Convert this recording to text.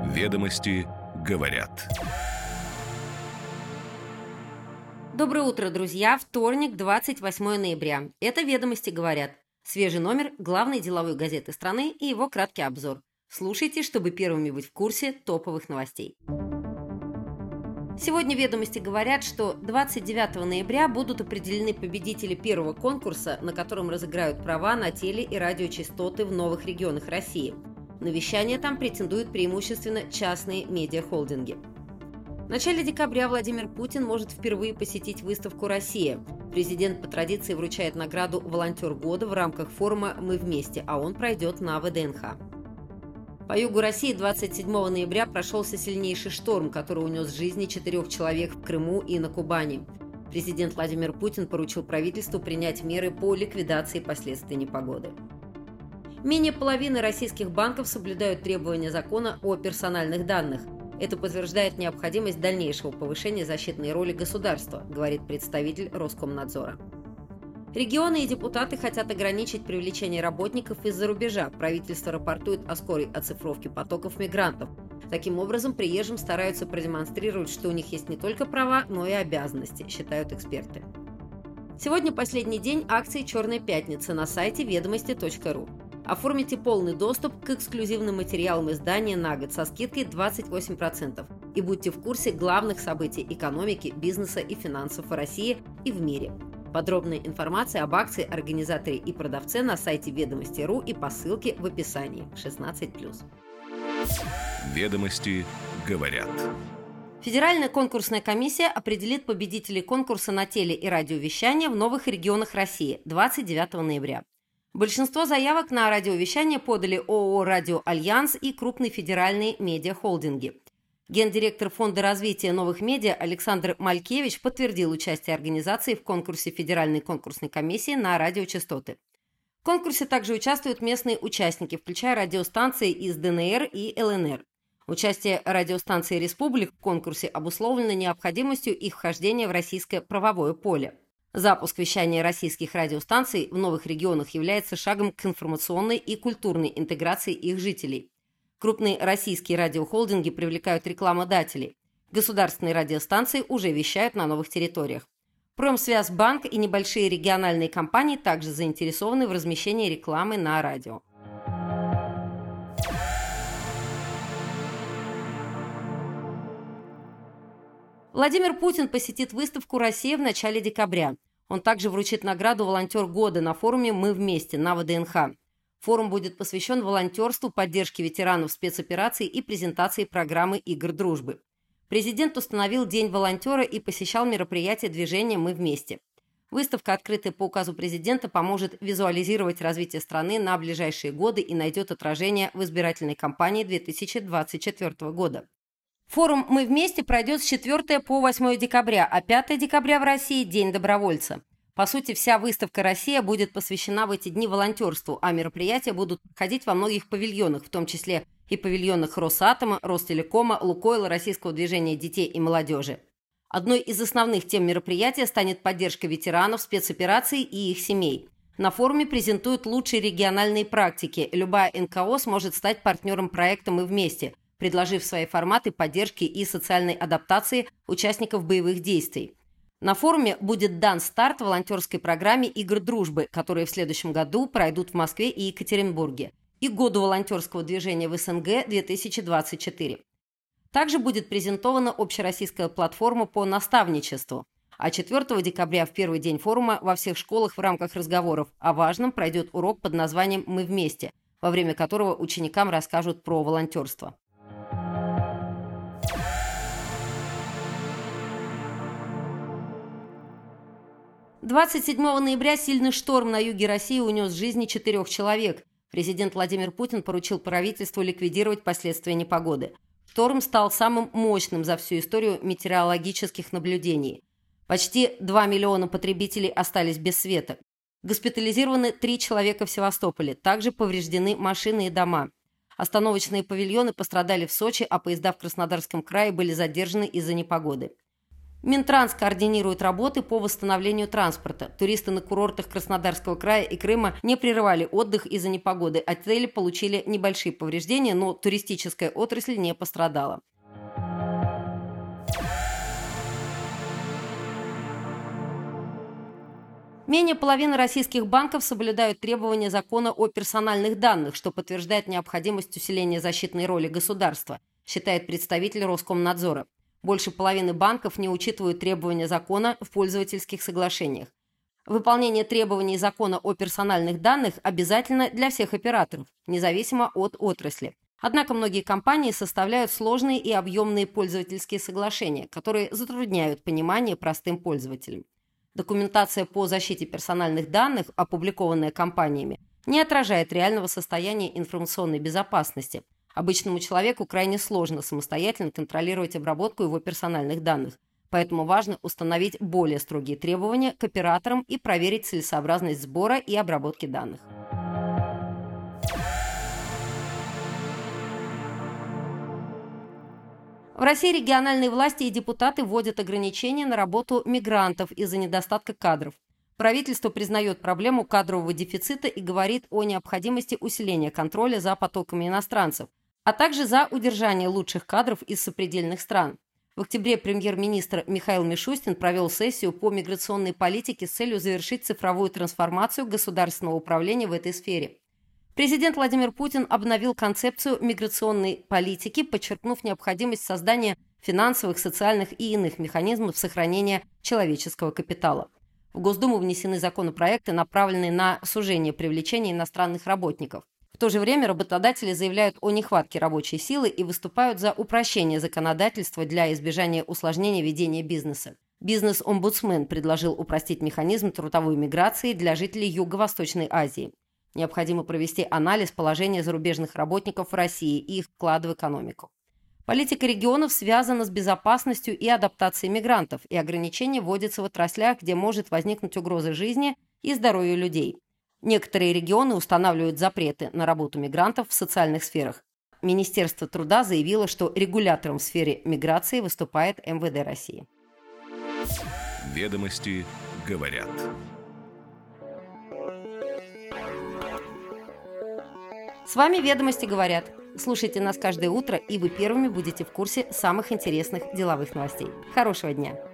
Ведомости говорят. Доброе утро, друзья! Вторник, 28 ноября. Это «Ведомости говорят». Свежий номер главной деловой газеты страны и его краткий обзор. Слушайте, чтобы первыми быть в курсе топовых новостей. Сегодня «Ведомости говорят», что 29 ноября будут определены победители первого конкурса, на котором разыграют права на теле- и радиочастоты в новых регионах России. На вещание там претендуют преимущественно частные медиахолдинги. В начале декабря Владимир Путин может впервые посетить выставку «Россия». Президент по традиции вручает награду «Волонтер года» в рамках форума «Мы вместе», а он пройдет на ВДНХ. По югу России 27 ноября прошелся сильнейший шторм, который унес жизни 4 человек в Крыму и на Кубани. Президент Владимир Путин поручил правительству принять меры по ликвидации последствий непогоды. Менее половины российских банков соблюдают требования закона о персональных данных. Это подтверждает необходимость дальнейшего повышения защитной роли государства, говорит представитель Роскомнадзора. Регионы и депутаты хотят ограничить привлечение работников из-за рубежа. Правительство рапортует о скорой оцифровке потоков мигрантов. Таким образом, приезжим стараются продемонстрировать, что у них есть не только права, но и обязанности, считают эксперты. Сегодня последний день акции «Черная пятница» на сайте ведомости.ру. Оформите полный доступ к эксклюзивным материалам издания на год со скидкой 28% и будьте в курсе главных событий экономики, бизнеса и финансов в России и в мире. Подробная информация об акции, организаторе и продавце на сайте ведомости.ру и по ссылке в описании 16+. Ведомости говорят. Федеральная конкурсная комиссия определит победителей конкурса на теле- и радиовещание в новых регионах России 29 ноября. Большинство заявок на радиовещание подали ООО «Радио Альянс» и крупные федеральные медиахолдинги. Гендиректор Фонда развития новых медиа Александр Малькевич подтвердил участие организации в конкурсе Федеральной конкурсной комиссии на радиочастоты. В конкурсе также участвуют местные участники, включая радиостанции из ДНР и ЛНР. Участие радиостанций республик в конкурсе обусловлено необходимостью их вхождения в российское правовое поле. Запуск вещания российских радиостанций в новых регионах является шагом к информационной и культурной интеграции их жителей. Крупные российские радиохолдинги привлекают рекламодателей. Государственные радиостанции уже вещают на новых территориях. Промсвязьбанк и небольшие региональные компании также заинтересованы в размещении рекламы на радио. Владимир Путин посетит выставку «Россия» в начале декабря. Он также вручит награду «Волонтер года» на форуме «Мы вместе» на ВДНХ. Форум будет посвящен волонтерству, поддержке ветеранов спецопераций и презентации программы «Игр дружбы». Президент установил День волонтера и посещал мероприятия движения «Мы вместе». Выставка, открытая по указу президента, поможет визуализировать развитие страны на ближайшие годы и найдет отражение в избирательной кампании 2024 года. Форум «Мы вместе» пройдет с 4 по 8 декабря, а 5 декабря в России – День добровольца. По сути, вся выставка «Россия» будет посвящена в эти дни волонтерству, а мероприятия будут проходить во многих павильонах, в том числе и павильонах Росатома, Ростелекома, Лукойла, Российского движения детей и молодежи. Одной из основных тем мероприятия станет поддержка ветеранов спецопераций и их семей. На форуме презентуют лучшие региональные практики. Любая НКО сможет стать партнером проекта «Мы вместе», предложив свои форматы поддержки и социальной адаптации участников боевых действий. На форуме будет дан старт волонтерской программе «Игр дружбы», которые в следующем году пройдут в Москве и Екатеринбурге, и году волонтерского движения в СНГ 2024. Также будет презентована общероссийская платформа по наставничеству. А 4 декабря, в первый день форума, во всех школах в рамках разговоров о важном пройдет урок под названием «Мы вместе», во время которого ученикам расскажут про волонтерство. – 27 ноября сильный шторм на юге России унес жизни 4 человек. Президент Владимир Путин поручил правительству ликвидировать последствия непогоды. Шторм стал самым мощным за всю историю метеорологических наблюдений. Почти 2 миллиона потребителей остались без света. Госпитализированы 3 человека в Севастополе. Также повреждены машины и дома. Остановочные павильоны пострадали в Сочи, а поезда в Краснодарском крае были задержаны из-за непогоды. Минтранс координирует работы по восстановлению транспорта. Туристы на курортах Краснодарского края и Крыма не прерывали отдых из-за непогоды. Отели получили небольшие повреждения, но туристическая отрасль не пострадала. Менее половины российских банков соблюдают требования закона о персональных данных, что подтверждает необходимость усиления защитной роли государства, считает представитель Роскомнадзора. Больше половины банков не учитывают требования закона в пользовательских соглашениях. Выполнение требований закона о персональных данных обязательно для всех операторов, независимо от отрасли. Однако многие компании составляют сложные и объемные пользовательские соглашения, которые затрудняют понимание простым пользователям. Документация по защите персональных данных, опубликованная компаниями, не отражает реального состояния информационной безопасности. Обычному человеку крайне сложно самостоятельно контролировать обработку его персональных данных, поэтому важно установить более строгие требования к операторам и проверить целесообразность сбора и обработки данных. В России региональные власти и депутаты вводят ограничения на работу мигрантов из-за недостатка кадров. Правительство признает проблему кадрового дефицита и говорит о необходимости усиления контроля за потоками иностранцев, а также за удержание лучших кадров из сопредельных стран. В октябре премьер-министр Михаил Мишустин провел сессию по миграционной политике с целью завершить цифровую трансформацию государственного управления в этой сфере. Президент Владимир Путин обновил концепцию миграционной политики, подчеркнув необходимость создания финансовых, социальных и иных механизмов сохранения человеческого капитала. В Госдуму внесены законопроекты, направленные на сужение привлечения иностранных работников. В то же время работодатели заявляют о нехватке рабочей силы и выступают за упрощение законодательства для избежания усложнения ведения бизнеса. Бизнес-омбудсмен предложил упростить механизм трудовой миграции для жителей Юго-Восточной Азии. Необходимо провести анализ положения зарубежных работников в России и их вклада в экономику. Политика регионов связана с безопасностью и адаптацией мигрантов, и ограничения вводятся в отраслях, где может возникнуть угроза жизни и здоровью людей. Некоторые регионы устанавливают запреты на работу мигрантов в социальных сферах. Министерство труда заявило, что регулятором в сфере миграции выступает МВД России. Ведомости говорят. С вами «Ведомости говорят». Слушайте нас каждое утро, и вы первыми будете в курсе самых интересных деловых новостей. Хорошего дня!